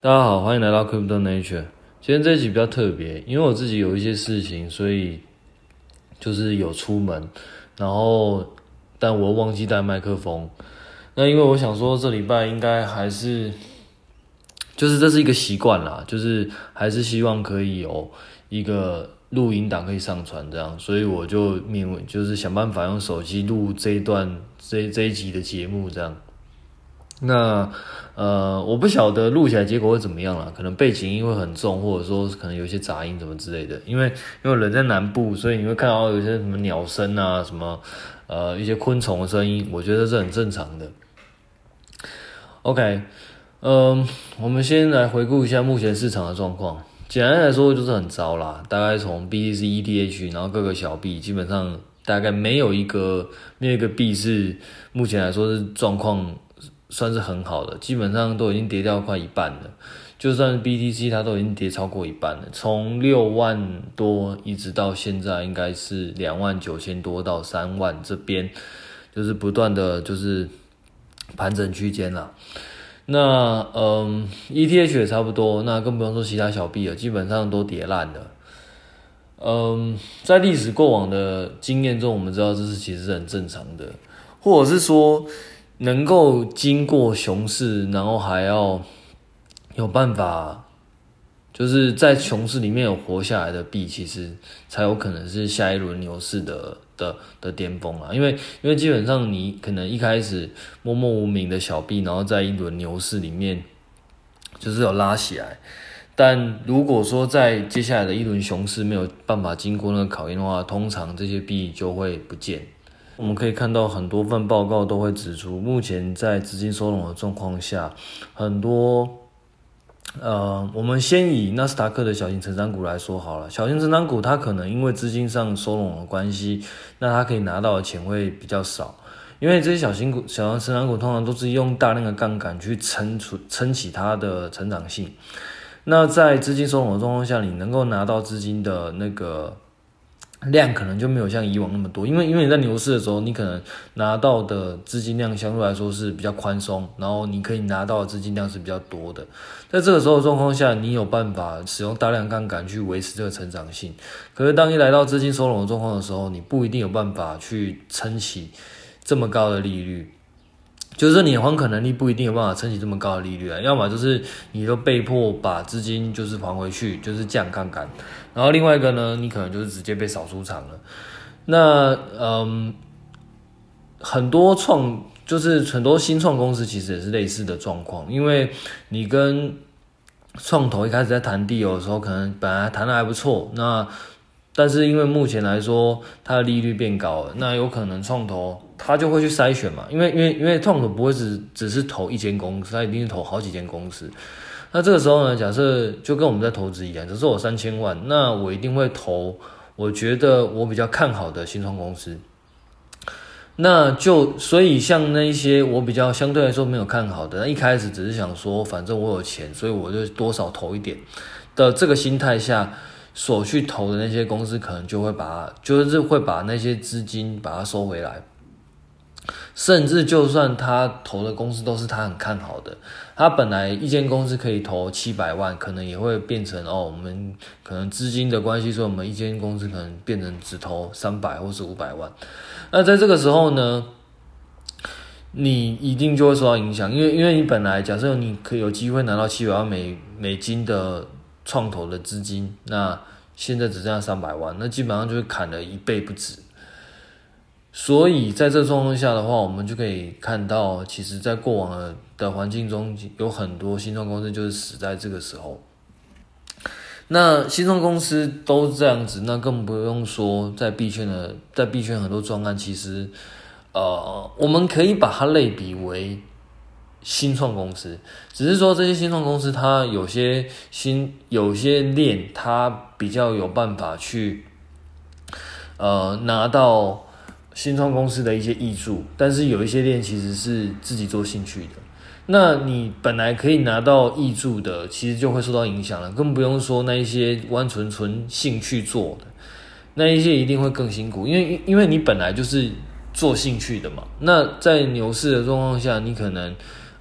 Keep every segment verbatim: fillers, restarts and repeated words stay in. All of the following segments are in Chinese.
大家好，欢迎来到 Crypto Nature。今天这一集比较特别，因为我自己有一些事情，所以就是有出门，然后但我忘记带麦克风。那因为我想说这礼拜应该还是，就是这是一个习惯啦，就是还是希望可以有一个录音档可以上传这样，所以我就勉为就是想办法用手机录这一段这这一集的节目这样。那呃，我不晓得录起来结果会怎么样啦，可能背景音会很重，或者说可能有一些杂音什么之类的。因为因为人在南部，所以你会看到有些什么鸟声啊，什么呃一些昆虫的声音，我觉得是很正常的。OK， 嗯，我们先来回顾一下目前市场的状况。简单来说就是很糟啦，大概从 B T C、E T H， 然后各个小币基本上大概没有一个没有一个币是目前来说是状况算是很好的，基本上都已经跌掉快一半了。就算是 B T C 它都已经跌超过一半了，从六万多一直到现在应该是两万九千多到三万这边，就是不断的就是盘整区间啦。那嗯 E T H 也差不多，那更不用说其他小币了，基本上都跌烂了。嗯，在历史过往的经验中，我们知道这是其实是很正常的，或者是说能够经过熊市，然后还要有办法，就是在熊市里面有活下来的币，其实才有可能是下一轮牛市的的的巅峰啦。因为因为基本上你可能一开始默默无名的小币，然后在一轮牛市里面就是有拉起来。但如果说在接下来的一轮熊市没有办法经过那个考验的话，通常这些币就会不见。我们可以看到很多份报告都会指出，目前在资金收拢的状况下，很多呃，我们先以纳斯达克的小型成长股来说好了。小型成长股它可能因为资金上收拢的关系，那它可以拿到的钱会比较少，因为这些小型股、小型成长股通常都是用大量的杠杆去撑出撑起它的成长性。那在资金收拢的状况下，你能够拿到资金的那个量可能就没有像以往那么多，因为因为你在牛市的时候，你可能拿到的资金量相对来说是比较宽松，然后你可以拿到的资金量是比较多的。在这个时候的状况下，你有办法使用大量杠杆去维持这个成长性。可是当一来到资金收拢的状况的时候，你不一定有办法去撑起这么高的利率。就是你还款能力不一定有办法撑起这么高的利率啊，要么就是你都被迫把资金就是还回去，就是降杠杆，然后另外一个呢，你可能就是直接被扫出场了。那嗯，很多创就是很多新创公司其实也是类似的状况，因为你跟创投一开始在谈地友的时候，可能本来谈的还不错，那但是因为目前来说它的利率变高了，那有可能创投他就会去筛选嘛，因为因为因为创投不会只只是投一间公司，他一定是投好几间公司。那这个时候呢，假设就跟我们在投资一样，假设我三千万，那我一定会投我觉得我比较看好的新创公司。那就所以像那一些我比较相对来说没有看好的，那一开始只是想说反正我有钱，所以我就多少投一点的这个心态下所去投的那些公司，可能就会把就是会把那些资金把它收回来。甚至就算他投的公司都是他很看好的，他本来一间公司可以投七百万，可能也会变成哦，我们可能资金的关系，所以我们一间公司可能变成只投三百或是五百万。那在这个时候呢，你一定就会受到影响，因为因为你本来假设你可以有机会拿到七百万美美金的创投的资金，那现在只剩下三百万，那基本上就会砍了一倍不止。所以在这状况下的话，我们就可以看到，其实在过往的的环境中，有很多新创公司就是死在这个时候。那新创公司都这样子，那更不用说在币圈的，在币圈很多专案，其实呃，我们可以把它类比为新创公司，只是说这些新创公司它有些新有些链，它比较有办法去呃拿到新创公司的一些挹注，但是有一些链其实是自己做兴趣的，那你本来可以拿到挹注的，其实就会受到影响了，更不用说那一些完纯纯兴趣做的，那一些一定会更辛苦，因为因为你本来就是做兴趣的嘛。那在牛市的状况下，你可能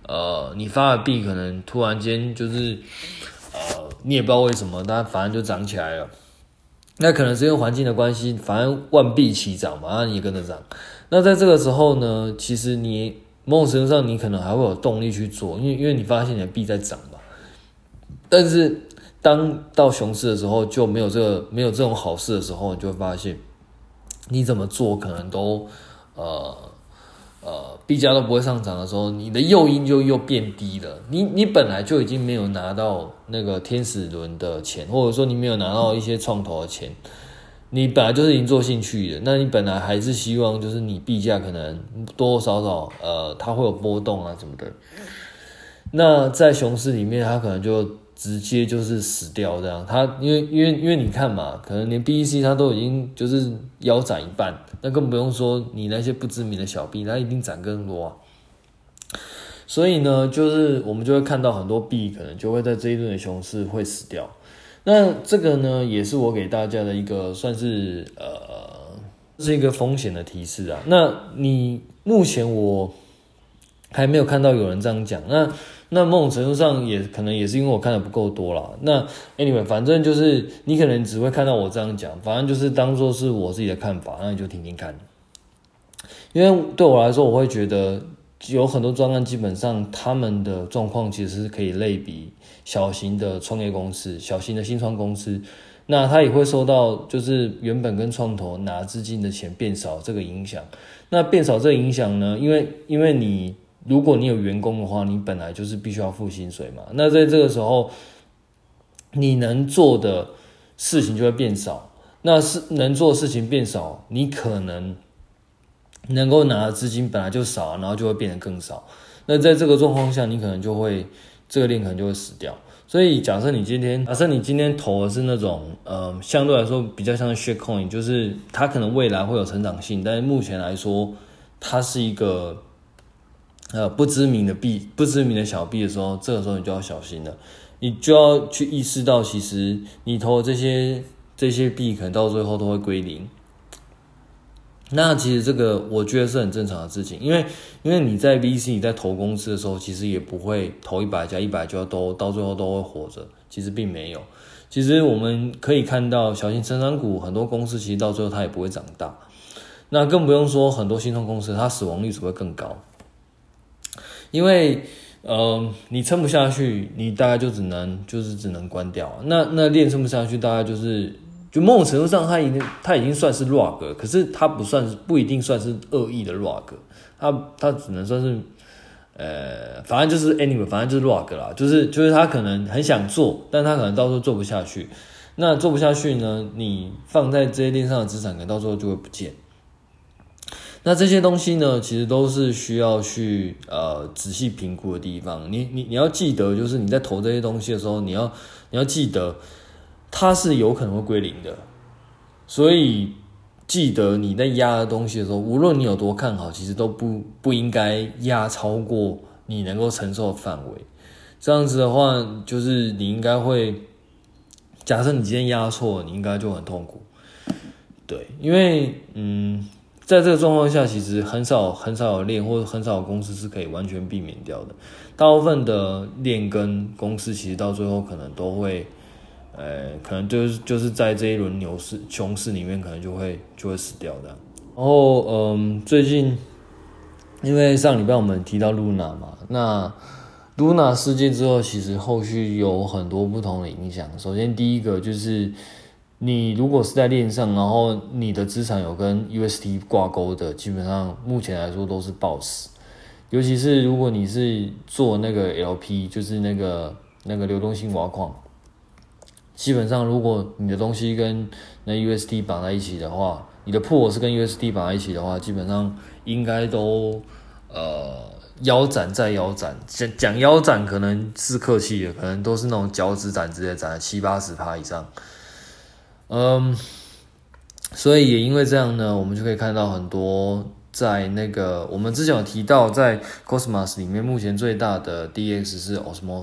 呃，你发的币可能突然间就是呃，你也不知道为什么，它反正就涨起来了。那可能是因为环境的关系，反正万币齐涨嘛，那你也跟着涨。那在这个时候呢，其实你某种程度上你可能还会有动力去做，因为因为你发现你的币在涨嘛。但是当到熊市的时候，就没有这个没有这种好事的时候，你就会发现你怎么做可能都呃呃币价都不会上涨的时候，你的诱因就又变低了。你你本来就已经没有拿到那个天使轮的钱，或者说你没有拿到一些创投的钱，你本来就是已经做兴趣的，那你本来还是希望就是你币价可能多多少少呃它会有波动啊什么的。那在熊市里面，它可能就直接就是死掉这样。它因为因为因为你看嘛，可能连 B E C 它都已经就是腰斩一半，那更不用说你那些不知名的小币，它一定涨更多啊。所以呢，就是我们就会看到很多币可能就会在这一轮的熊市会死掉。那这个呢，也是我给大家的一个算是呃，是一个风险的提示啊。那你目前我还没有看到有人这样讲，那那某种程度上也可能也是因为我看的不够多啦。那 anyway， 反正就是你可能只会看到我这样讲，反正就是当做是我自己的看法，那你就听听看。因为对我来说，我会觉得有很多专案基本上他们的状况其实是可以类比小型的创业公司、小型的新创公司，那它也会受到就是原本跟创投拿资金的钱变少这个影响。那变少这个影响呢，因为因为你如果你有员工的话，你本来就是必须要付薪水嘛。那在这个时候，你能做的事情就会变少。那是能做的事情变少，你可能能够拿的资金本来就少，然后就会变得更少。那在这个状况下，你可能就会这个链可能就会死掉。所以假设你今天，假设你今天投的是那种呃相对来说比较像是 shitcoin， 就是它可能未来会有成长性，但是目前来说，它是一个呃不知名的币、不知名的小币的时候，这个时候你就要小心了，你就要去意识到，其实你投的这些这些币可能到最后都会归零。那其实这个我觉得是很正常的事情，因为因为你在 V C 你在投公司的时候，其实也不会投一百家一百家都到最后都会活着，其实并没有。其实我们可以看到小型成长股很多公司其实到最后它也不会长大，那更不用说很多新创公司它死亡率只会更高，因为呃你撑不下去，你大概就只能就是只能关掉，那那链撑不下去，大概就是就某种程度上它已经它已经算是 rug， 可是它不算是不一定算是恶意的 rug， 它它只能算是呃反正就是 anyway 反正就是 rug 啦，就是就是他可能很想做，但他可能到时候做不下去，那做不下去呢，你放在这些链上的资产可能到时候就会不见。那这些东西呢，其实都是需要去呃仔细评估的地方。你你你要记得，就是你在投这些东西的时候，你要你要记得，它是有可能会归零的。所以记得你在压的东西的时候，无论你有多看好，其实都不不应该压超过你能够承受的范围。这样子的话，就是你应该会，假设你今天压错，你应该就很痛苦。对，因为嗯。在这个状况下，其实很少很少有链或者很少有公司是可以完全避免掉的。大部分的链跟公司其实到最后可能都会，呃，可能就是就是在这一轮牛市、熊市里面，可能就会就会死掉的。然后，嗯，最近因为上礼拜我们提到 Luna 嘛，那 Luna 事件之后，其实后续有很多不同的影响。首先，第一个就是。你如果是在链上，然后你的资产有跟 U S D 挂钩的，基本上目前来说都是爆死。尤其是如果你是做那个 L P， 就是那个那个流动性挖矿，基本上如果你的东西跟那 U S D 绑在一起的话，你的 pool 是跟 U S D 绑在一起的话，基本上应该都呃腰斩再腰斩。讲讲腰斩可能是客气的，可能都是那种脚趾斩直接斩了七八十趴以上。嗯，所以也因为这样呢，我们就可以看到很多在那个我们之前有提到，在 Cosmos 里面目前最大的 D X 是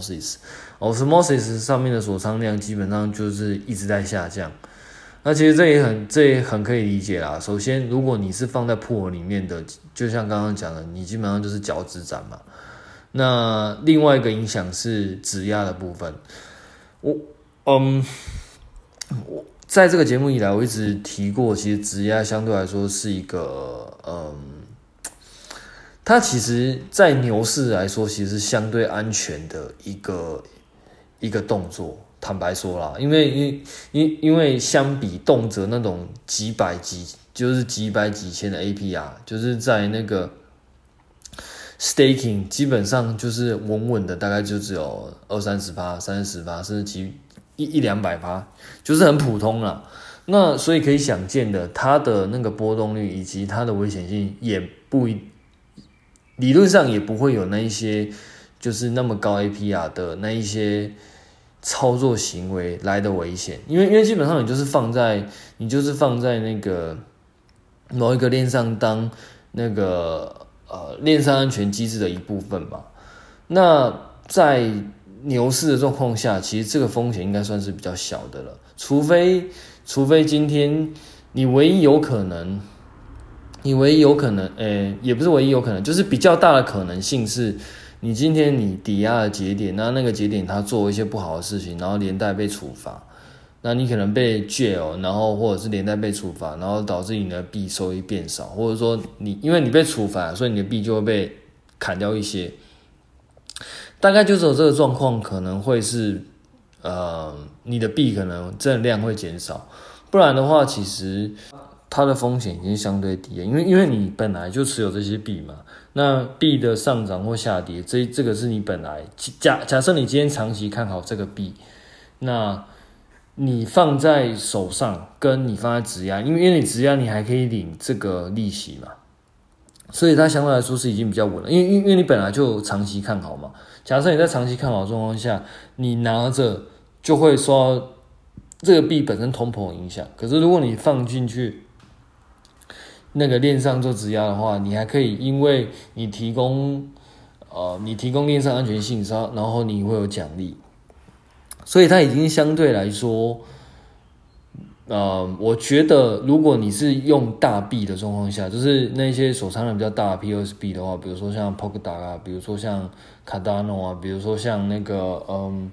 Osmosis，Osmosis 上面的锁仓量基本上就是一直在下降。那其实这也很这也很可以理解啦。首先，如果你是放在 pool 里面的，就像刚刚讲的，你基本上就是脚趾斩嘛。 那另外一个影响是质押的部分。我嗯，我在这个节目以来，我一直提过，其实质押相对来说是一个嗯，它其实在牛市来说，其实是相对安全的一个一个动作。坦白说啦，因为因因因为相比动辄那种几百几就是几百几千的 A P R， 就是在那个 staking 基本上就是稳稳的，大概就只有二三十趴、三十趴，甚至几一一两百趴，就是很普通啦。那所以可以想见的，它的那个波动率以及它的危险性也不理论上也不会有那一些就是那么高 A P R 的那一些操作行为来的危险，因为因为基本上你就是放在你就是放在那个某一个链上当那个呃链上安全机制的一部分吧。那在牛市的状况下，其实这个风险应该算是比较小的了，除非除非今天你唯一有可能，你唯一有可能，诶，也不是唯一有可能，就是比较大的可能性是。你今天你抵押的节点，那那个节点它做一些不好的事情，然后连带被处罚，那你可能被 jail， 然后或者是连带被处罚，然后导致你的币收益变少，或者说你因为你被处罚，所以你的币就会被砍掉一些。大概就只有这个状况可能会是，呃，你的币可能真的量会减少，不然的话，其实它的风险已经相对低了，因为因为你本来就持有这些币嘛。那币的上涨或下跌，这这个是你本来假假设你今天长期看好这个币，那你放在手上，跟你放在质押，因为因为你质押你还可以领这个利息嘛，所以它相对来说是已经比较稳了，因为因为你本来就长期看好嘛。假设你在长期看好的状况下，你拿着就会受到这个币本身通膨影响，可是如果你放进去。那个链上做质押的话，你还可以，因为你提供，呃，你提供链上安全性，然后你会有奖励，所以它已经相对来说，呃，我觉得如果你是用大币的状况下，就是那些手仓的比较大的 P O S 币的话，比如说像 Polkadot 啊，比如说像 Cardano 啊，比如说像那个嗯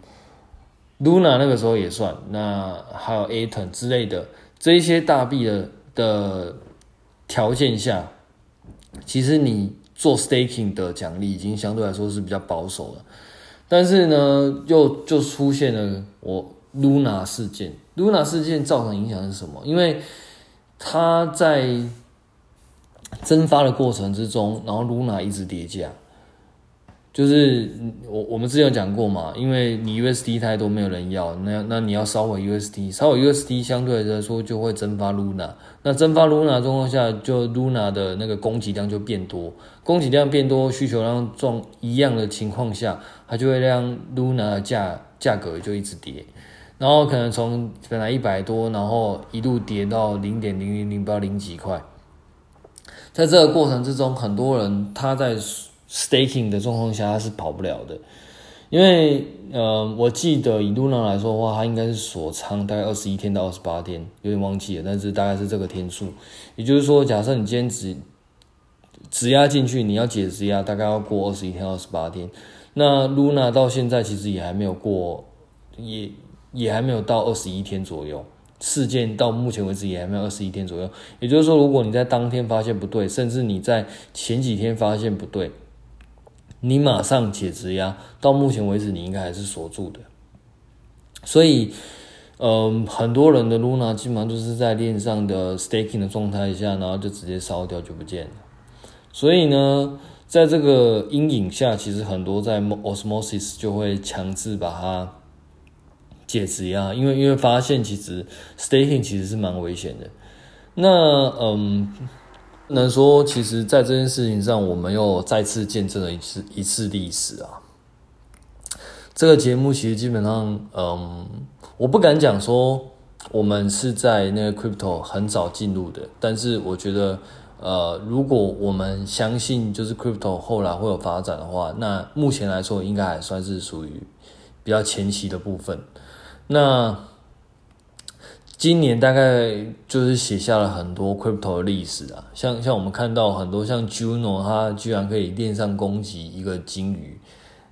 Luna 那个时候也算，那还有 Atom 之类的这一些大币的的。条件下，其实你做 staking 的奖励已经相对来说是比较保守了，但是呢，又就出现了我 Luna 事件。Luna 事件造成影响是什么？因为它在增发的过程之中，然后 Luna 一直跌价。就是我我们之前有讲过嘛，因为你 U S D 太多没有人要，那那你要烧毁 U S D， 烧毁 U S D 相对来说就会蒸发 Luna， 那蒸发 Luna 的状况下，就 Luna 的那个供给量就变多，供给量变多，需求量状一样的情况下，它就会让 Luna 的价价格就一直跌，然后可能从本来一百多，然后一路跌到 零点零零零 不知道零几块，在这个过程之中，很多人他在staking 的状况下，它是跑不了的，因为呃，我记得以 Luna 来说的话，它应该是锁仓大概二十一天到二十八天，有点忘记了，但是大概是这个天数。也就是说，假设你今天只质押进去，你要解质押，大概要过二十一天到二十八天。那 Luna 到现在其实也还没有过，也也还没有到二十一天左右。事件到目前为止也还没有二十一天左右，也就是说，如果你在当天发现不对，甚至你在前几天发现不对，你马上解质押，到目前为止你应该还是锁住的。所以，嗯，很多人的 Luna 基本上就是在链上的 staking 的状态下，然后就直接烧掉就不见了。所以呢，在这个阴影下，其实很多在 Osmosis 就会强制把它解质押，因为因为发现其实 staking 其实是蛮危险的。那嗯，能说其实在这件事情上，我们又再次见证了一次一次历史啊。这个节目其实基本上，嗯，我不敢讲说我们是在那个 crypto 很早进入的，但是我觉得，呃，如果我们相信就是 crypto 后来会有发展的话，那目前来说应该还算是属于比较前期的部分。那今年大概就是写下了很多 crypto 的历史啊，像像我们看到很多像 Juno， 它居然可以链上攻击一个鲸鱼，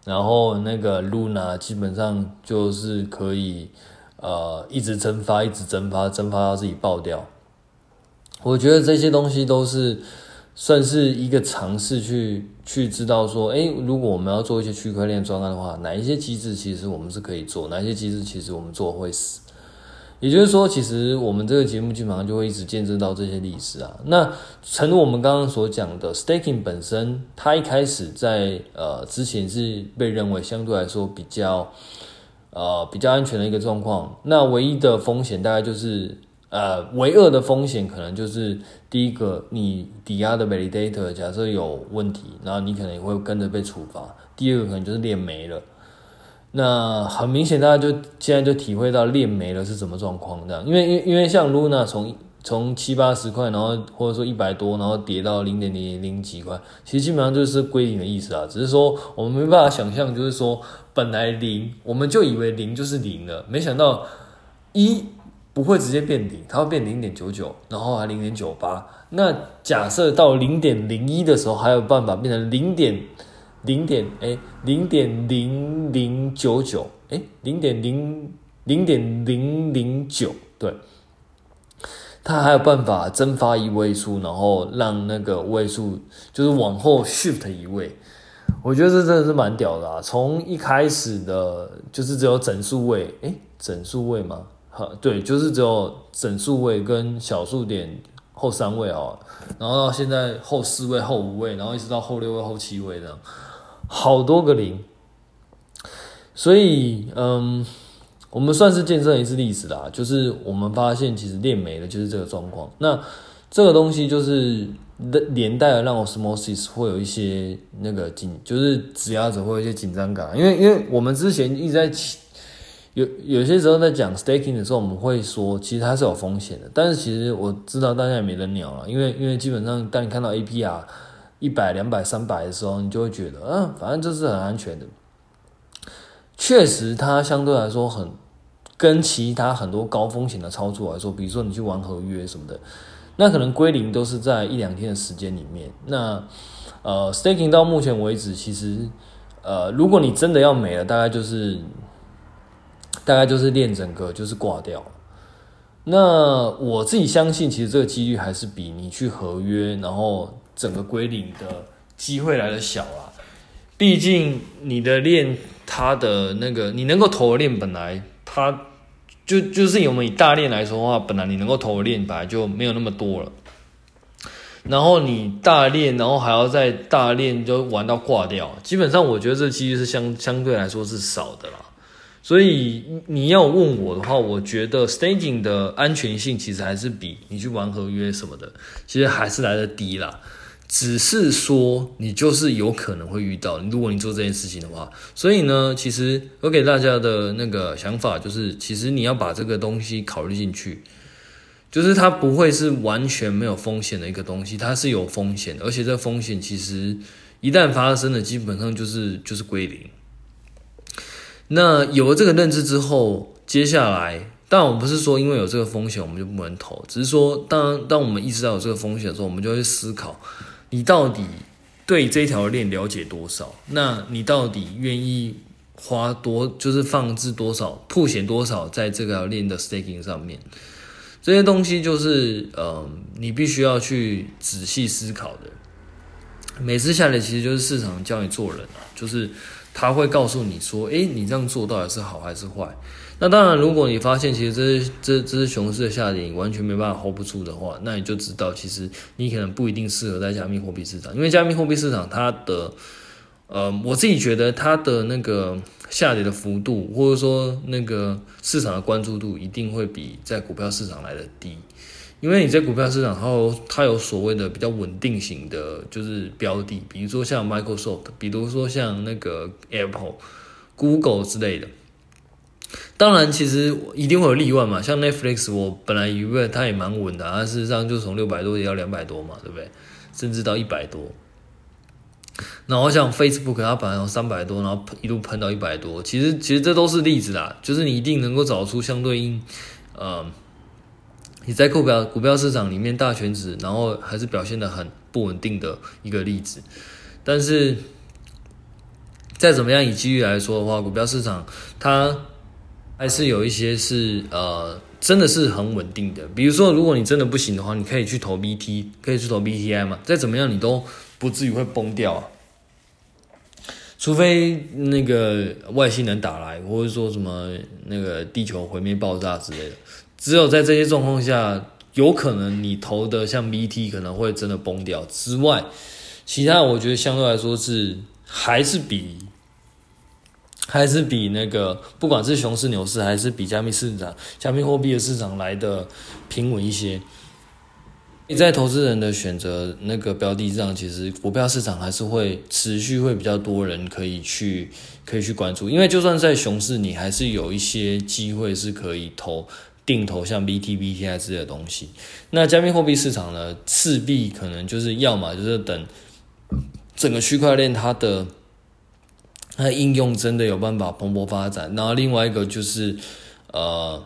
然后那个 Luna 基本上就是可以呃一直蒸发，一直蒸发，蒸发到自己爆掉。我觉得这些东西都是算是一个尝试去去知道说，诶，如果我们要做一些区块链专案的话，哪一些机制其实我们是可以做，哪一些机制其实我们做会死。也就是说，其实我们这个节目基本上就会一直见证到这些历史啊。那诚如我们刚刚所讲的 ，staking 本身，它一开始在呃之前是被认为相对来说比较呃比较安全的一个状况。那唯一的风险大概就是呃唯二的风险可能就是第一个，你抵押的 validator 假设有问题，然后你可能也会跟着被处罚。第二个可能就是链没了。那很明显，大家就现在就体会到链没了是什么状况这样，因为因为因为像 Luna 从从七八十块，然后或者说一百多，然后跌到零点零零几块，其实基本上就是归零的意思啊。只是说我们没办法想象，就是说本来零，我们就以为零就是零了，没想到一不会直接变零，它会变零点九九，然后还零点九八。那假设到零点零一的时候，还有办法变成零点。零点哎，零点零零九九哎，零点零零点零零九，对，它还有办法蒸发一位数，然后让那个位数就是往后 shift 一位，我觉得这真的是蛮屌的啊！从一开始的就是只有整数位，哎，整数位吗？对，就是只有整数位跟小数点后三位哦，然后到现在后四位、后五位，然后一直到后六位、后七位这样。好多个零，所以嗯，我们算是见证一次历史啦。就是我们发现，其实链没了就是这个状况。那这个东西就是连带的让 Osmosis 会有一些那个紧，就是质押者会有一些紧张感，因为因为我们之前一直在有有些时候在讲 staking 的时候，我们会说其实它是有风险的，但是其实我知道大家也没人鸟了，因为因为基本上当你看到 A P R。一百、两百、三百的时候，你就会觉得，嗯、啊，反正这是很安全的。确实，它相对来说很跟其他很多高风险的操作来说，比如说你去玩合约什么的，那可能归零都是在一两天的时间里面。那呃 ，staking 到目前为止，其实呃，如果你真的要没了，大概就是大概就是链整个就是挂掉。那我自己相信，其实这个几率还是比你去合约，然后整个归零的机会来的小啦。毕竟你的链，它的那个你能够投的链本来它就就是我们以大链来说的话，本来你能够投的链本来就没有那么多了。然后你大链，然后还要在大链就玩到挂掉，基本上我觉得这几率是相相对来说是少的啦。所以你要问我的话，我觉得 staking 的安全性其实还是比你去玩合约什么的，其实还是来得低啦。只是说你就是有可能会遇到，如果你做这件事情的话。所以呢，其实我给大家的那个想法就是，其实你要把这个东西考虑进去，就是它不会是完全没有风险的一个东西，它是有风险的，而且这风险其实一旦发生了，基本上就是就是归零。那有了这个认知之后，接下来，当然我不是说因为有这个风险我们就不能投，只是说当当我们意识到有这个风险的时候，我们就会去思考，你到底对这条链了解多少？那你到底愿意花多，就是放置多少、曝险多少在这条链的 staking 上面？这些东西就是，呃，你必须要去仔细思考的。每次下来其实就是市场教你做人啊，就是他会告诉你说，诶，你这样做到底是好还是坏？那当然，如果你发现其实这这这是熊市的下跌，你完全没办法 hold 不住的话，那你就知道其实你可能不一定适合在加密货币市场，因为加密货币市场它的，呃，我自己觉得它的那个下跌的幅度，或者说那个市场的关注度，一定会比在股票市场来的低。因为你在股票市场，它有它有所谓的比较稳定型的，就是标的，比如说像 Microsoft， 比如说像那个 Apple、Google 之类的。当然，其实一定会有例外嘛，像 Netflix， 我本来以为它也蛮稳的，它事实上就从六百多跌到两百多嘛，对不对？甚至到一百多。然后像 Facebook， 它本来从三百多，然后一路喷到一百多，其实其实这都是例子啦，就是你一定能够找出相对应，呃。你在股票股票市场里面大权值，然后还是表现得很不稳定的一个例子，但是再怎么样以几率来说的话，股票市场它还是有一些是呃真的是很稳定的。比如说，如果你真的不行的话，你可以去投 B T， 可以去投 B T I 嘛。再怎么样，你都不至于会崩掉啊。除非那个外星人打来，或者说什么那个地球毁灭爆炸之类的，只有在这些状况下，有可能你投的像 B T 可能会真的崩掉之外，其他我觉得相对来说是还是比还是比那个不管是熊市牛市，还是比加密市场、加密货币的市场来的平稳一些。在投资人的选择那个标的上，其实股票市场还是会持续会比较多人可以去可以去关注，因为就算在熊市，你还是有一些机会是可以投定投像 B T、B T I 之类的东西。那加密货币市场呢，势必可能就是要么就是等整个区块链它的它的应用真的有办法蓬勃发展，然后另外一个就是呃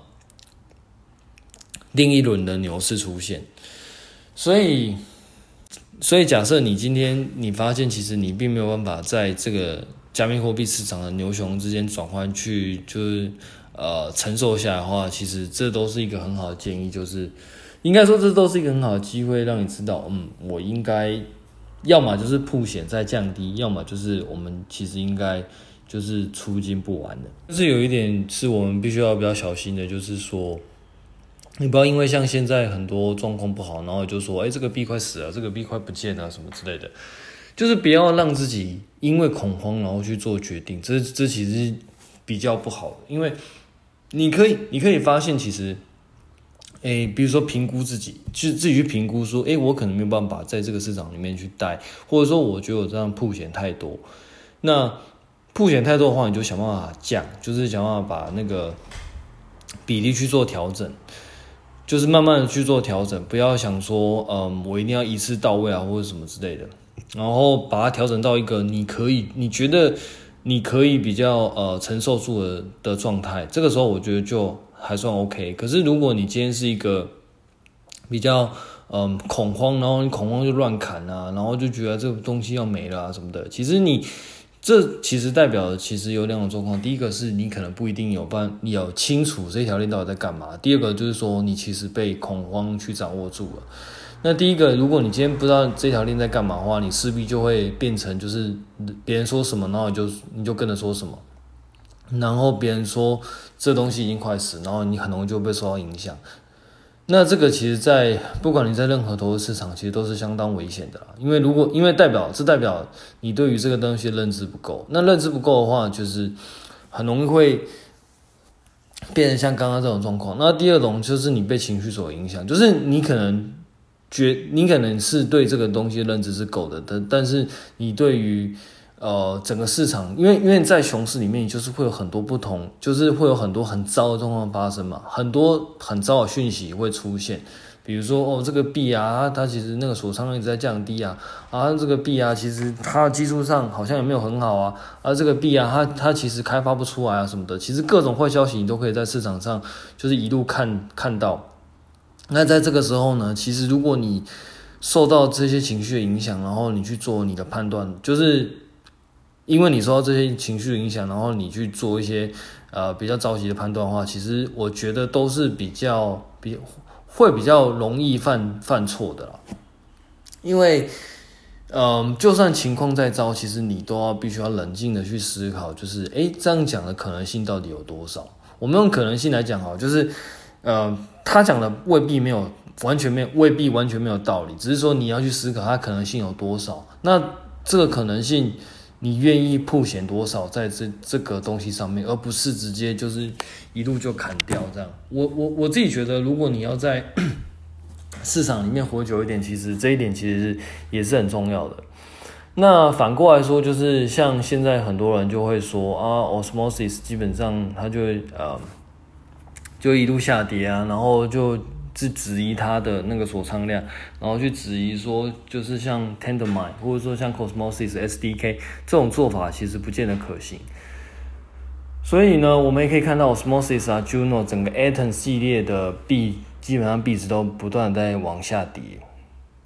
另一轮的牛市出现。所以，所以假设你今天你发现其实你并没有办法在这个加密货币市场的牛熊之间转换去就是呃承受下来的话，其实这都是一个很好的建议，就是应该说这都是一个很好的机会，让你知道，嗯，我应该要么就是曝险在降低，要么就是我们其实应该就是出金不完的。就是有一点是我们必须要比较小心的，就是说。你不要因为像现在很多状况不好，然后就说，哎，这个币快死了，这个币快不见了，什么之类的，就是不要让自己因为恐慌然后去做决定，这这其实是比较不好的，因为你可以你可以发现，其实，哎，比如说评估自己，就自己去评估说，哎，我可能没有办法在这个市场里面去待，或者说我觉得我这样曝险太多，那曝险太多的话，你就想办法降，就是想办法把那个比例去做调整。就是慢慢的去做调整，不要想说，嗯，我一定要一次到位啊，或者什么之类的，然后把它调整到一个你可以，你觉得你可以比较呃承受住的的状态，这个时候我觉得就还算 OK。可是如果你今天是一个比较嗯恐慌，然后你恐慌就乱砍啊，然后就觉得这个东西要没了啊什么的，其实你。这其实代表的其实有两种状况，第一个是你可能不一定有办，你有清楚这条链到底在干嘛；第二个就是说你其实被恐慌去掌握住了。那第一个，如果你今天不知道这条链在干嘛的话，你势必就会变成就是别人说什么，然后你就你就跟着说什么，然后别人说这东西已经快死，然后你很容易就被受到影响。那这个其实在不管你在任何投资市场，其实都是相当危险的啦。因为如果因为代表这代表你对于这个东西的认知不够，那认知不够的话，就是很容易会变成像刚刚这种状况。那第二种就是你被情绪所影响，就是你可能觉你可能是对这个东西的认知是够的，但但是你对于呃，整个市场，因为因为在熊市里面，就是会有很多不同，就是会有很多很糟的状况发生嘛，很多很糟的讯息会出现，比如说哦，这个币啊，它其实那个锁仓一直在降低啊，啊，这个币啊，其实它的技术上好像也没有很好啊，啊，这个币啊，它它其实开发不出来啊什么的，其实各种坏消息你都可以在市场上就是一路看看到。那在这个时候呢，其实如果你受到这些情绪的影响，然后你去做你的判断，就是。因为你受到这些情绪的影响，然后你去做一些呃比较着急的判断的话，其实我觉得都是比较比会比较容易犯犯错的啦。因为嗯、呃，就算情况再糟，其实你都要必须要冷静的去思考，就是诶这样讲的可能性到底有多少？我们用可能性来讲好，就是呃他讲的未必没有完全没有未必完全没有道理，只是说你要去思考它可能性有多少。那这个可能性。你愿意曝险多少在这这个东西上面，而不是直接就是一路就砍掉这样。我我我自己觉得，如果你要在市场里面活久一点，其实这一点其实是也是很重要的。那反过来说，就是像现在很多人就会说啊 ，Osmosis 基本上它就会呃就一路下跌啊，然后就。是质疑它的那个锁仓量，然后去质疑说，就是像 Tendermint 或者说像 Cosmosis S D K 这种做法，其实不见得可行。所以呢，我们也可以看到 Osmosis 啊、Juno 整个 Atom 系列的币，基本上币值都不断的在往下跌。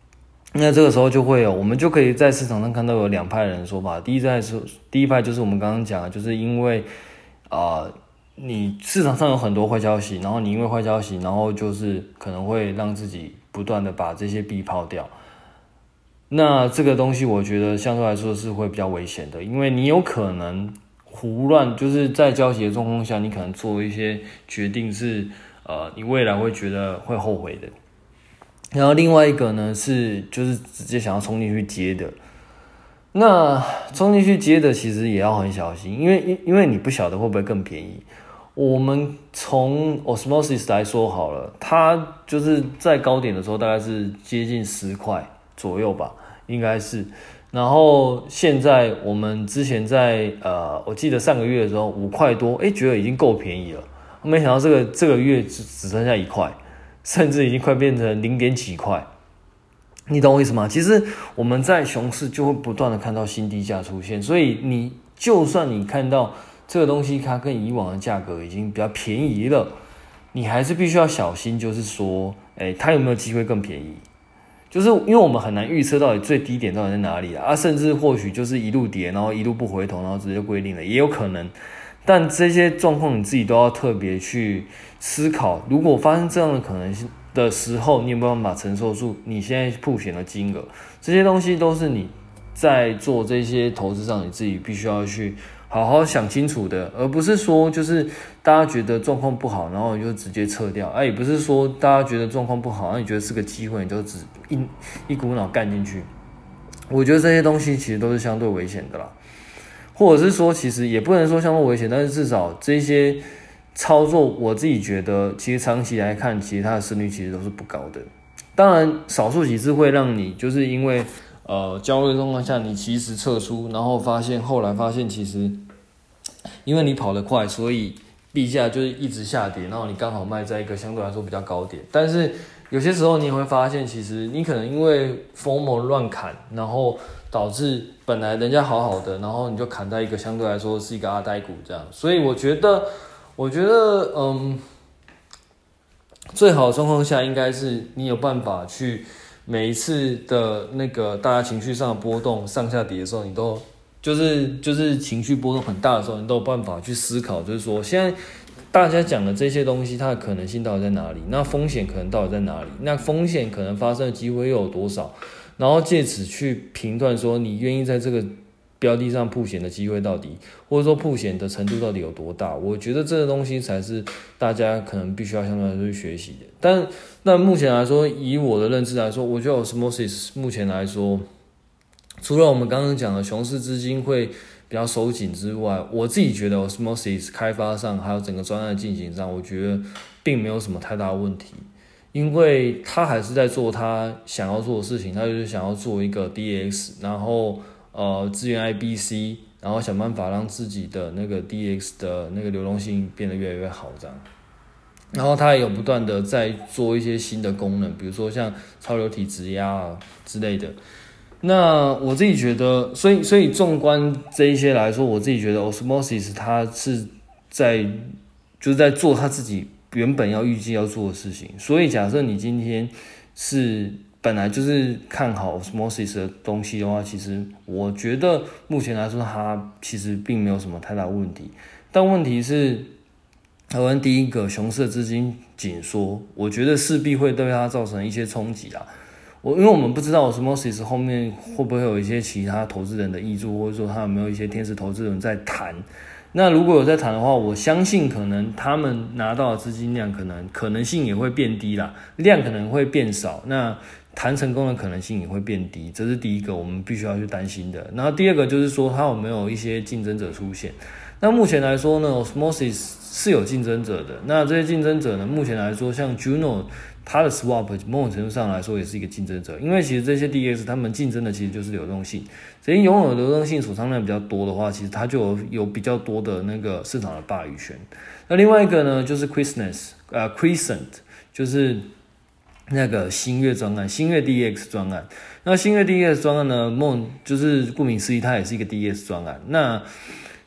那这个时候就会有，我们就可以在市场上看到有两派人说法。第一派是第一派就是我们刚刚讲的，就是因为啊、呃，你市场上有很多坏消息，然后你因为坏消息，然后就是可能会让自己不断的把这些币抛掉。那这个东西我觉得相对来说是会比较危险的，因为你有可能胡乱，就是在交易的状况下，你可能做一些决定是呃，你未来会觉得会后悔的。然后另外一个呢是就是直接想要冲进去接的，那冲进去接的其实也要很小心，因为因为你不晓得会不会更便宜。我们从 Osmosis 来说好了，它就是在高点的时候大概是接近十块左右吧，应该是。然后现在我们之前在呃，我记得上个月的时候五块多，哎，觉得已经够便宜了。没想到这个这个月只只剩下一块。甚至已经快变成零点几块，你懂我意思吗？其实我们在熊市就会不断的看到新低价出现，所以你就算你看到这个东西它跟以往的价格已经比较便宜了，你还是必须要小心，就是说，哎，它有没有机会更便宜？就是因为我们很难预测到底最低点到底在哪里啊，啊甚至或许就是一路跌，然后一路不回头，然后直接归零了，也有可能。但这些状况你自己都要特别去思考，如果发生这样的可能性的时候，你有没有办法承受住你现在曝险的金额？这些东西都是你在做这些投资上你自己必须要去好好想清楚的，而不是说就是大家觉得状况不好，然后你就直接撤掉，哎、啊，也不是说大家觉得状况不好，那你觉得是个机会，你就只一一股脑干进去。我觉得这些东西其实都是相对危险的啦。或者是说，其实也不能说相对危险，但是至少这些操作，我自己觉得，其实长期来看，其实它的胜率其实都是不高的。当然，少数几次会让你就是因为呃交易的状况下，你及时撤出，然后发现后来发现其实因为你跑得快，所以币价就是一直下跌，然后你刚好卖在一个相对来说比较高点。但是有些时候你也会发现，其实你可能因为疯魔乱砍，然后导致本来人家好好的，然后你就砍在一个相对来说是一个阿呆股这样，所以我觉得，我觉得，嗯，最好的状况下应该是你有办法去每一次的那个大家情绪上的波动上下跌的时候，你都就是就是情绪波动很大的时候，你都有办法去思考，就是说现在大家讲的这些东西，它的可能性到底在哪里？那风险可能到底在哪里？那风险可能发生的机会又有多少？然后借此去评断说你愿意在这个标的上曝险的机会到底，或者说曝险的程度到底有多大？我觉得这个东西才是大家可能必须要相对来说去学习的。但那目前来说，以我的认知来说，我觉得 Osmosis 目前来说，除了我们刚刚讲的熊市资金会比较收紧之外，我自己觉得 Osmosis 开发上还有整个专案进行上，我觉得并没有什么太大的问题。因为他还是在做他想要做的事情，他就是想要做一个 D X， 然后呃支援 I B C， 然后想办法让自己的那个 D X 的那个流动性变得越来越好这样。然后他也有不断的在做一些新的功能，比如说像超流体质压啊之类的。那我自己觉得，所以所以纵观这一些来说，我自己觉得 Osmosis 他是在就是在做他自己原本要预计要做的事情，所以假设你今天是本来就是看好 Osmosis 的东西的话，其实我觉得目前来说它其实并没有什么太大问题。但问题是，台湾第一个熊市的资金紧缩，我觉得势必会对它造成一些冲击啦。我因为我们不知道 Osmosis 后面会不会有一些其他投资人的挹注，或者说他有没有一些天使投资人在谈。那如果有在谈的话，我相信可能他们拿到的资金量可能可能性也会变低啦，量可能会变少，那谈成功的可能性也会变低，这是第一个我们必须要去担心的。然后第二个就是说，它有没有一些竞争者出现？那目前来说呢 ，Osmosis 是有竞争者的。那这些竞争者呢，目前来说，像 Juno， 它的 Swap 某种程度上来说也是一个竞争者，因为其实这些 D X 他们竞争的其实就是流动性。只要拥有流动性储藏量比较多的话，其实它就有有比较多的那个市场的话语权。那另外一个呢，就是 Crescent， 呃 Crescent 就是那个星月专案，星月 D X 专案。那星月 D X 专案呢，梦就是顾名思义，它也是一个 D X 专案。那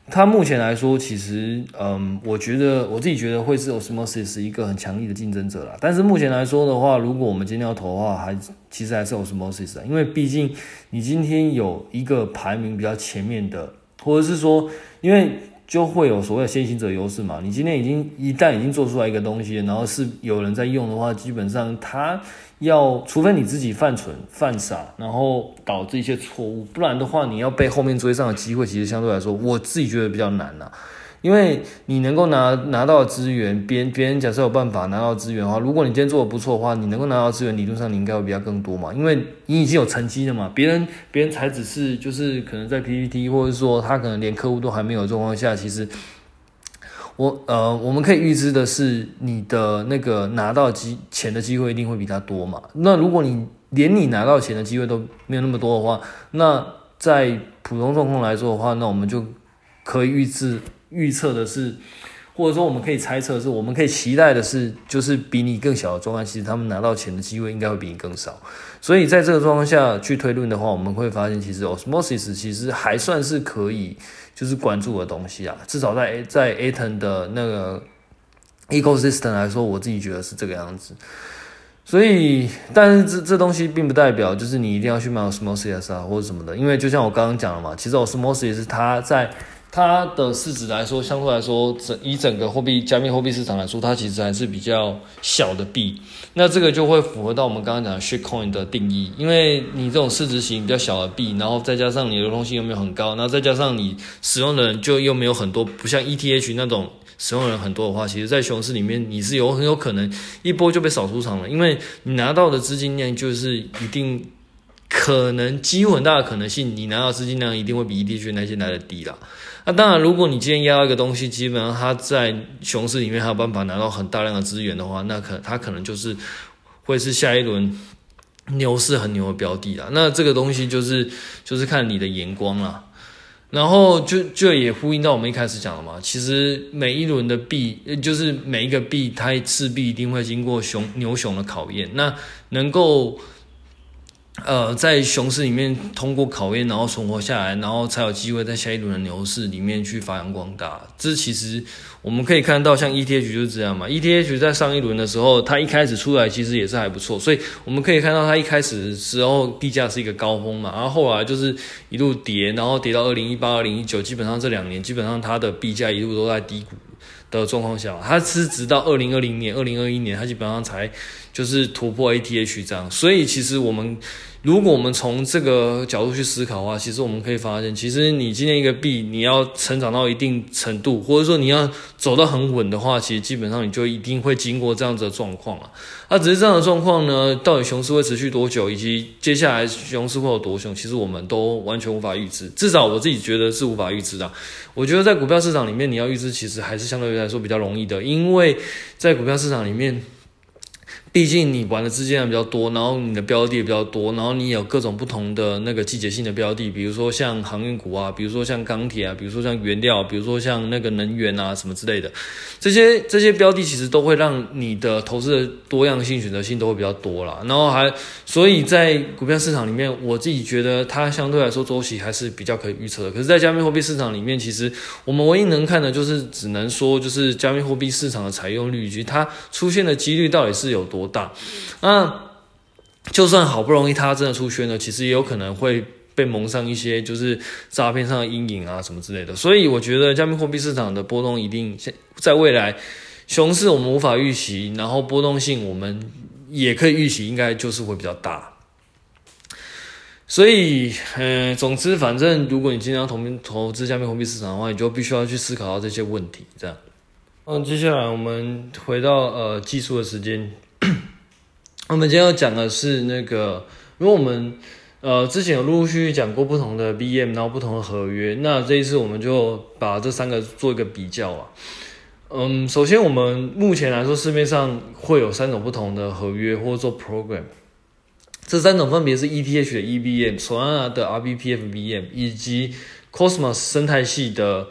它目前来说，其实，嗯，我觉得我自己觉得会是 Osmosis 一个很强力的竞争者啦。但是目前来说的话，如果我们今天要投的话，还其实还是 Osmosis 啊，因为毕竟你今天有一个排名比较前面的，或者是说，因为就会有所谓的先行者优势嘛。你今天已经一旦已经做出来一个东西，然后是有人在用的话，基本上它要，除非你自己犯蠢、犯傻，然后导致一些错误，不然的话，你要被后面追上的机会，其实相对来说，我自己觉得比较难啦。因为你能够拿拿到的资源，别人别人假设有办法拿到资源的话，如果你今天做的不错的话，你能够拿到资源，理论上你应该会比较更多嘛，因为你已经有成绩了嘛。别人别人才只是就是可能在 P P T， 或者说他可能连客户都还没有的状况下，其实我呃我们可以预知的是，你的那个拿到机钱的机会一定会比他多嘛。那如果你连你拿到钱的机会都没有那么多的话，那在普通状况来说的话，那我们就可以预知。预测的是，或者说我们可以猜测的是，我们可以期待的是，就是比你更小的状况，其实他们拿到钱的机会应该会比你更少。所以在这个状况下去推论的话，我们会发现，其实 Osmosis 其实还算是可以就是关注的东西啊。至少在在 Atom 的那个 ecosystem 来说，我自己觉得是这个样子。所以，但是这这东西并不代表就是你一定要去买 Osmosis 啊或者什么的，因为就像我刚刚讲了嘛，其实 Osmosis 它在它的市值来说，相对来说，整以整个货币加密货币市场来说，它其实还是比较小的币。那这个就会符合到我们刚刚讲的 shitcoin 的定义，因为你这种市值型比较小的币，然后再加上你的流动性又没有很高，然后再加上你使用的人就又没有很多，不像 E T H 那种使用人很多的话，其实在熊市里面你是有很有可能一波就被扫出场了，因为你拿到的资金量就是一定可能几乎很大的可能性，你拿到资金量一定会比 E T H 那些来的低啦。那当然，如果你今天压到一个东西，基本上它在熊市里面还有办法拿到很大量的资源的话，那可它可能就是会是下一轮牛市很牛的标的啦。那这个东西就是就是看你的眼光啦。然后就就也呼应到我们一开始讲的嘛，其实每一轮的币，就是每一个币，它势必一定会经过熊牛熊的考验。那能够呃，在熊市里面通过考验，然后存活下来，然后才有机会在下一轮的牛市里面去发扬光大。这其实我们可以看到，像 E T H 就是这样嘛。E T H 在上一轮的时候，它一开始出来其实也是还不错，所以我们可以看到它一开始的时候币价是一个高峰嘛，然后后来就是一路跌，然后跌到二零一八、二零一九，基本上这两年基本上它的币价一路都在低谷的状况下，它是直到二零二零年、二零二一年，它基本上才就是突破 A T H 这样。所以其实我们如果我们从这个角度去思考的话，其实我们可以发现，其实你今天一个币你要成长到一定程度，或者说你要走到很稳的话，其实基本上你就一定会经过这样子的状况了。那、啊、只是这样的状况呢，到底熊市会持续多久，以及接下来熊市会有多凶，其实我们都完全无法预知。至少我自己觉得是无法预知的。我觉得在股票市场里面，你要预知其实还是相对来说比较容易的，因为在股票市场里面，毕竟你玩的资金量比较多，然后你的标的也比较多，然后你有各种不同的那个季节性的标的，比如说像航运股啊，比如说像钢铁啊，比如说像原料，比如说像那个能源啊什么之类的，这些这些标的其实都会让你的投资的多样性、选择性都会比较多啦。然后还所以在股票市场里面，我自己觉得它相对来说周期还是比较可以预测的。可是，在加密货币市场里面，其实我们唯一能看的就是只能说，就是加密货币市场的采用率以及它出现的几率到底是有多大。那就算好不容易它真的出圈了，其实也有可能会被蒙上一些就是诈骗上的阴影啊什么之类的。所以我觉得加密货币市场的波动一定在未来熊市我们无法预期，然后波动性我们也可以预期，应该就是会比较大。所以，呃，总之，反正如果你今天要投投资加密货币市场的话，你就必须要去思考到这些问题。这样，嗯，接下来我们回到呃技术的时间。我们今天要讲的是那个，因为我们呃之前有陆陆续续讲过不同的 B M， 然后不同的合约，那这一次我们就把这三个做一个比较啊。嗯，首先我们目前来说，市面上会有三种不同的合约或者说 program， 这三种分别是 E T H 的 E B M、Solana 的 R B P F B M 以及 Cosmos 生态系的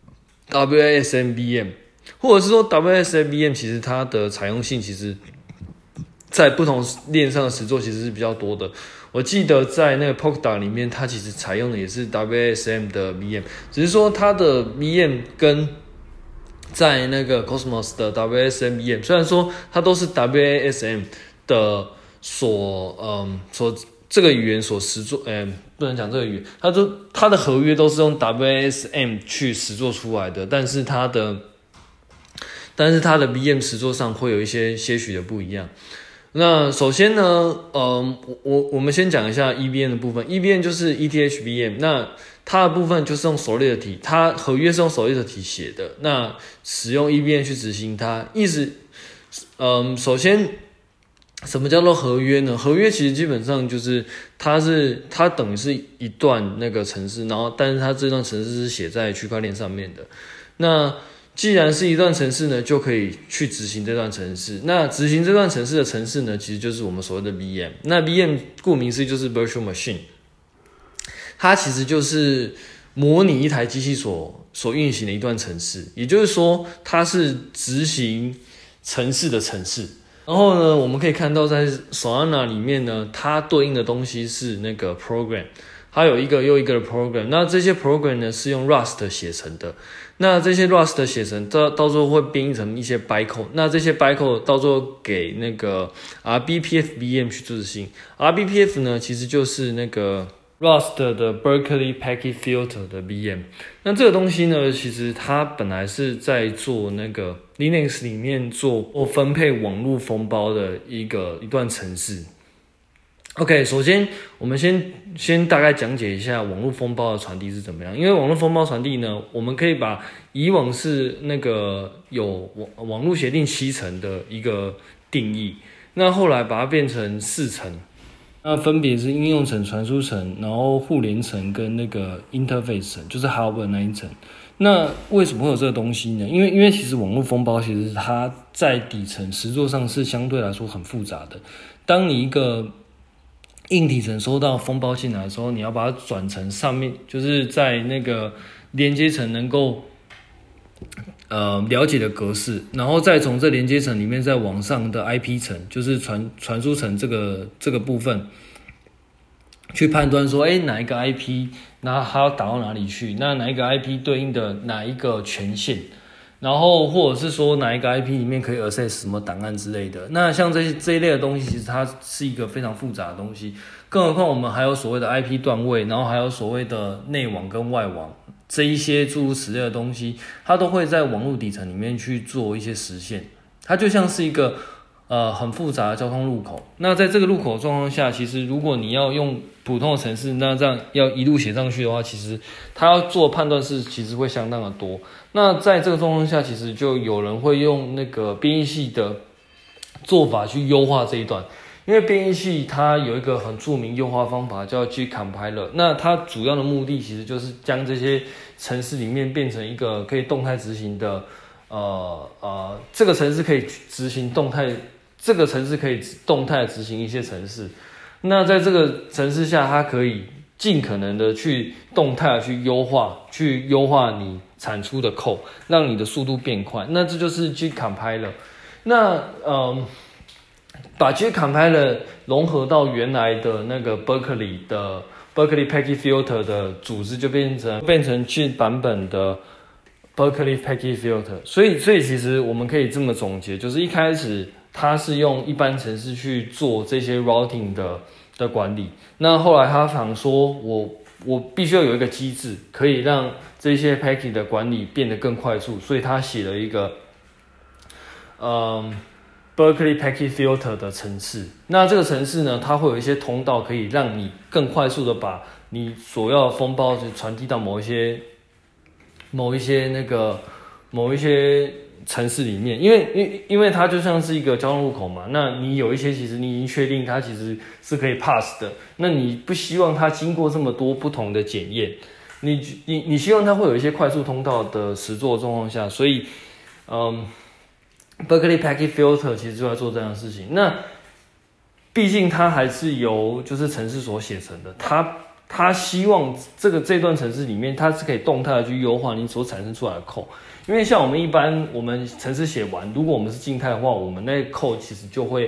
W S M B M， 或者是说 W S M B M 其实它的采用性其实在不同链上的实作其实是比较多的。 我记得在那个 Polkadot 里面，它其实采用的也是 W A S M 的 V M， 只是说它的 V M 跟在那个 Cosmos 的 W A S M V M， 虽然说它都是 W A S M 的所嗯所这个语言所实作，嗯不能讲这个语言，它都它的合约都是用 W A S M 去实作出来的，但是它的但是它的 V M 实作上会有一些些许的不一样。那首先呢，呃，我我们先讲一下 E V M 的部分。E V M 就是 E T H V M， 那它的部分就是用 Solidity， 它合约是用 Solidity 写的。那使用 E V M 去执行它，意思，嗯、呃，首先，什么叫做合约呢？合约其实基本上就是它是它等于是一段那个程式，然后但是它这段程式是写在区块链上面的。那既然是一段程式呢，就可以去执行这段程式。那执行这段程式的程式呢，其实就是我们所谓的 V M。那 V M 顾名思义就是 Virtual Machine， 它其实就是模拟一台机器所所运行的一段程式，也就是说，它是执行程式的程式。然后呢，我们可以看到在 Solana 里面呢，它对应的东西是那个 program。它有一个又一个的 program， 那这些 program 呢是用 Rust 写成的，那这些 Rust 写成到到时候会编译成一些 bytecode， 那这些 bytecode 到时候给那个 R B P F V M 去执行。R B P F 呢其实就是那个 Rust 的 Berkeley Packet Filter 的 V M。那这个东西呢，其实它本来是在做那个 Linux 里面做或分配网络封包的一个一段程式。OK， 首先我们先先大概讲解一下网络封包的传递是怎么样。因为网络封包传递呢，我们可以把以往是那个有网网络协定七层的一个定义，那后来把它变成四层，那分别是应用层、传输层，然后互联层跟那个 interface 层，就是 hardware 那一层。那为什么会有这个东西呢？因为因为其实网络封包其实它在底层实作上是相对来说很复杂的。当你一个硬体层收到封包进来的时候，你要把它转成上面，就是在那个连接层能够呃了解的格式，然后再从这连接层里面再往上的 I P 层，就是传传输层这个这个部分，去判断说，哎，哪一个 I P， 那它要打到哪里去？那哪一个 I P 对应的哪一个权限？然后或者是说哪一个 I P 里面可以 access 什么档案之类的。那像这这一类的东西，其实它是一个非常复杂的东西。更何况我们还有所谓的 I P 段位，然后还有所谓的内网跟外网这一些诸如此类的东西，它都会在网络底层里面去做一些实现。它就像是一个呃很复杂的交通路口。那在这个路口状况下，其实如果你要用普通的程式，那这样要一路写上去的话，其实它要做判断是其实会相当的多。那在这个状况下，其实就有人会用那个编译器的做法去优化这一段，因为编译器它有一个很著名优化方法叫 Gcompiler， 那它主要的目的其实就是将这些程式里面变成一个可以动态执行的，呃呃，这个程式可以执行动态，这个程式可以动态执行一些程式。那在这个程式下，它可以尽可能的去动态的去优化，去优化你产出的 code， 让你的速度变快。那这就是 Gcompiler。那嗯，把 Gcompiler 融合到原来的那个 Berkeley 的 Berkeley Packet Filter 的组织，就变成变成 G 版本的 Berkeley Packet Filter。所以，所以其实我们可以这么总结，就是一开始它是用一般程式去做这些 routing 的的管理，那后来他想说我我必须要有一个机制可以让这些 packet 的管理变得更快速，所以他写了一个嗯 Berkeley Packet Filter 的程式。那这个程式呢，它会有一些通道可以让你更快速的把你所要的封包传递到某一些某一些那个某一些程式里面，因为因因为它就像是一个交通路口嘛，那你有一些其实你已经确定它其实是可以 pass 的，那你不希望它经过这么多不同的检验，你你你希望它会有一些快速通道的实作状况下，所以嗯 Berkeley Packet Filter 其实就在做这样的事情。那毕竟它还是由就是程式所写成的，它他希望这个这段程式里面，它是可以动态的去优化你所产生出来的 code。因为像我们一般，我们程式写完，如果我们是静态的话，我们那个 code 其实就会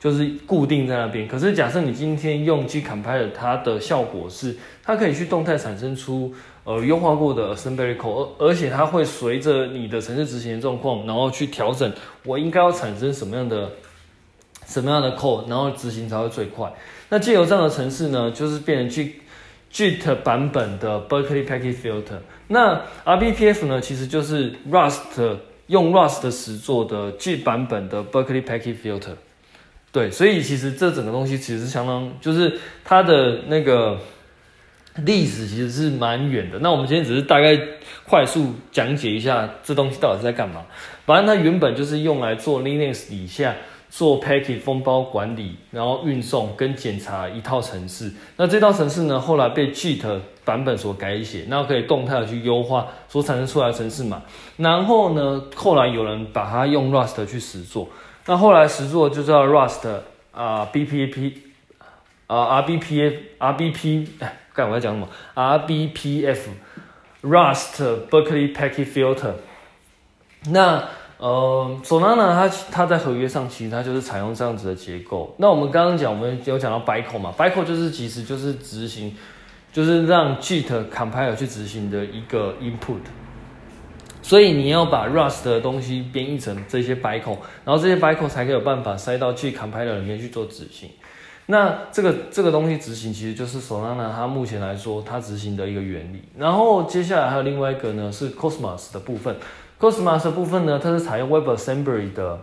就是固定在那边。可是假设你今天用 G Compiler， 它的效果是它可以去动态产生出呃优化过的 assembly code， 而, 而且它会随着你的程式执行的状况，然后去调整我应该要产生什么样的什么样的 code， 然后执行才会最快。那藉由这样的程式呢，就是变成 G Git 版本的 Berkeley Package Filter。那 R B P F 呢，其实就是 Rust 用 Rust 实作的 Git 版本的 Berkeley Package Filter。对，所以其实这整个东西其实是相当，就是它的那个历史其实是蛮远的。那我们今天只是大概快速讲解一下这东西到底是在干嘛。反正它原本就是用来做 Linux 底下做 package 封包管理，然后运送跟检查一套程式。那这套程式呢，后来被 Git 版本所改写，然后可以动态的去优化所产生出来的程式码。然后呢，后来有人把它用 Rust 去实作。那后来实作就叫 Rust 啊、呃、B P P 啊、呃、R B P F R B P 哎，刚才我在讲什么 R B P F Rust Berkeley Package Filter。那呃 Solana 它它在合约上其实它就是采用这样子的结构。那我们刚刚讲，我们有讲到 bytecode 嘛 ，bytecode 就是其实就是执行，就是让 Git compiler 去执行的一个 input。所以你要把 Rust 的东西编译成这些 bytecode， 然后这些 bytecode 才可以有办法塞到 Git compiler 里面去做执行。那这个这个东西执行其实就是 Solana 它目前来说它执行的一个原理。然后接下来还有另外一个呢是 Cosmos 的部分。Cosmos 的部分呢，它是采用 WebAssembly 的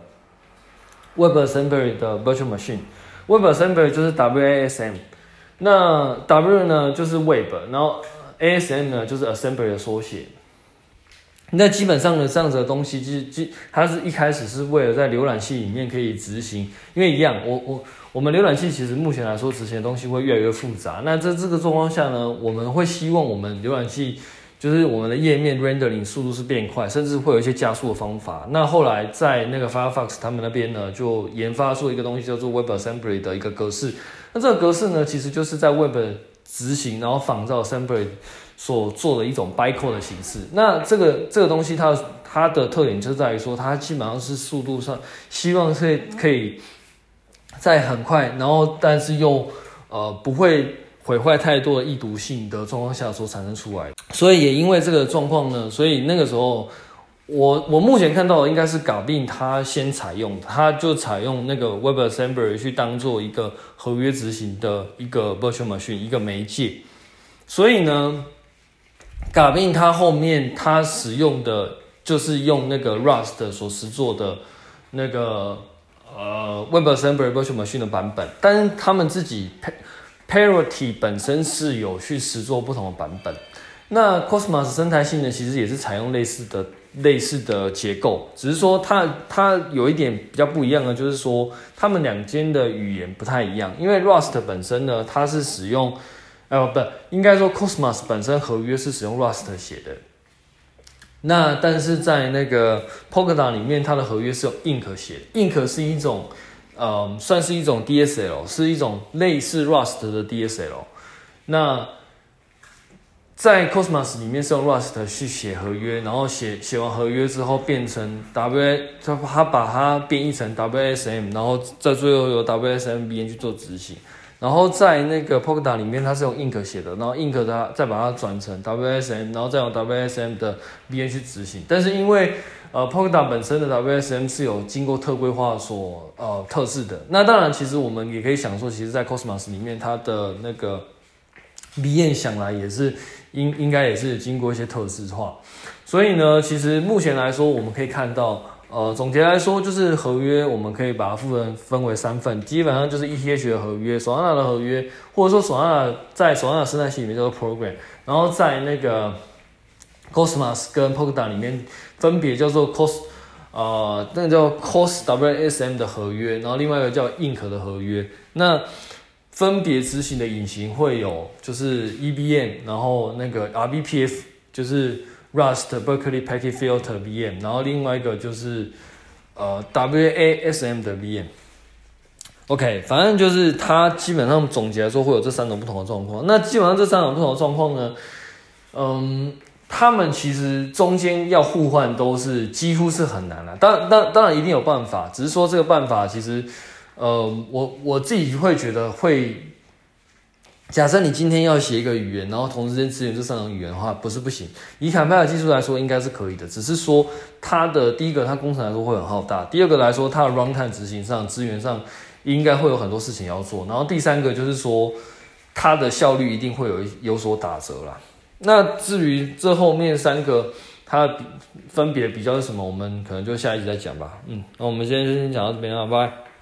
WebAssembly 的 Virtual Machine。WebAssembly 就是 W A S M， 那 W 呢就是 Web， 然后 A S M 呢就是 Assembly 的缩写。那基本上呢，这样子的东西，其实它是一开始是为了在浏览器里面可以执行，因为一样，我我我们浏览器其实目前来说执行的东西会越来越复杂。那在这个状况下呢，我们会希望我们浏览器就是我们的页面 rendering 速度是变快，甚至会有一些加速的方法。那后来在那个 Firefox 他们那边呢，就研发出一个东西叫做 WebAssembly 的一个格式。那这个格式呢，其实就是在 Web 执行，然后仿照 Assembly 所做的一种 bytecode 的形式。那这个这个东西它它的特点就在于说，它基本上是速度上希望是可以在很快，然后但是又呃不会毁坏太多的易读性的状况下所产生出来。所以也因为这个状况呢，所以那个时候我我目前看到的应该是Garbin它先采用，它就采用那个 WebAssembly 去当做一个合约执行的一个 Virtual Machine 一个媒介。所以呢Garbin它后面它使用的就是用那个 Rust 所实作的那个呃 WebAssembly Virtual Machine 的版本，但是他们自己 Parity 本身是有去实作不同的版本。那 Cosmos 生态系呢，其实也是采用类似的类似的结构，只是说它它有一点比较不一样的，就是说他们两间的语言不太一样。因为 Rust 本身呢，它是使用呃不，应该说 Cosmos 本身合约是使用 Rust 写的。那但是在那个 Polkadot 里面，它的合约是用 Ink 写的。Ink 是一种呃算是一种 D S L， 是一种类似 Rust 的 D S L。那在 Cosmos 里面是用 Rust 去写合约，然后写写完合约之后变成 W， 它把它编译成 W S M， 然后在最后由 W S M V N 去做执行。然后在那个 Polkadot 里面，它是用 Ink 写的，然后 Ink 它再把它转成 W S M， 然后再用 W S M 的 V N 去执行。但是因为呃 Polkadot 本身的 W S M 是有经过特规化所呃特制的，那当然其实我们也可以想说，其实在 Cosmos 里面它的那个 V N 想来也是应应该也是经过一些特制化。所以呢，其实目前来说，我们可以看到。呃，总结来说，就是合约，我们可以把它分分为三份，基本上就是 E T H 的合约、Solana 的合约，或者说 Solana 在 Solana 的生态系里面叫做 Program， 然后在那个 Cosmos 跟 Polkadot 里面分别叫做 Cos， 呃，那个叫 Cos W S M 的合约，然后另外一个叫 Ink 的合约。那分别执行的引擎会有就是 E V M， 然后那个 R B P F 就是。Rust Berkeley Package Filter V M， 然后另外一个就是呃 W A S M 的 V M。OK， 反正就是它基本上总结来说会有这三种不同的状况。那基本上这三种不同的状况呢，嗯，他们其实中间要互换都是几乎是很难的。当然，当当然一定有办法，只是说这个办法其实呃，我我自己会觉得会。假设你今天要写一个语言，然后同时间支援这三种语言的话，不是不行。以坎培拉的技术来说，应该是可以的。只是说它的第一个，它工程来说会很浩大；第二个来说，它的 runtime 执行上、资源上应该会有很多事情要做。然后第三个就是说，它的效率一定会有有所打折啦。那至于这后面三个，它分别比较是什么，我们可能就下一集再讲吧。嗯，那我们今天就先讲到这边了，拜拜。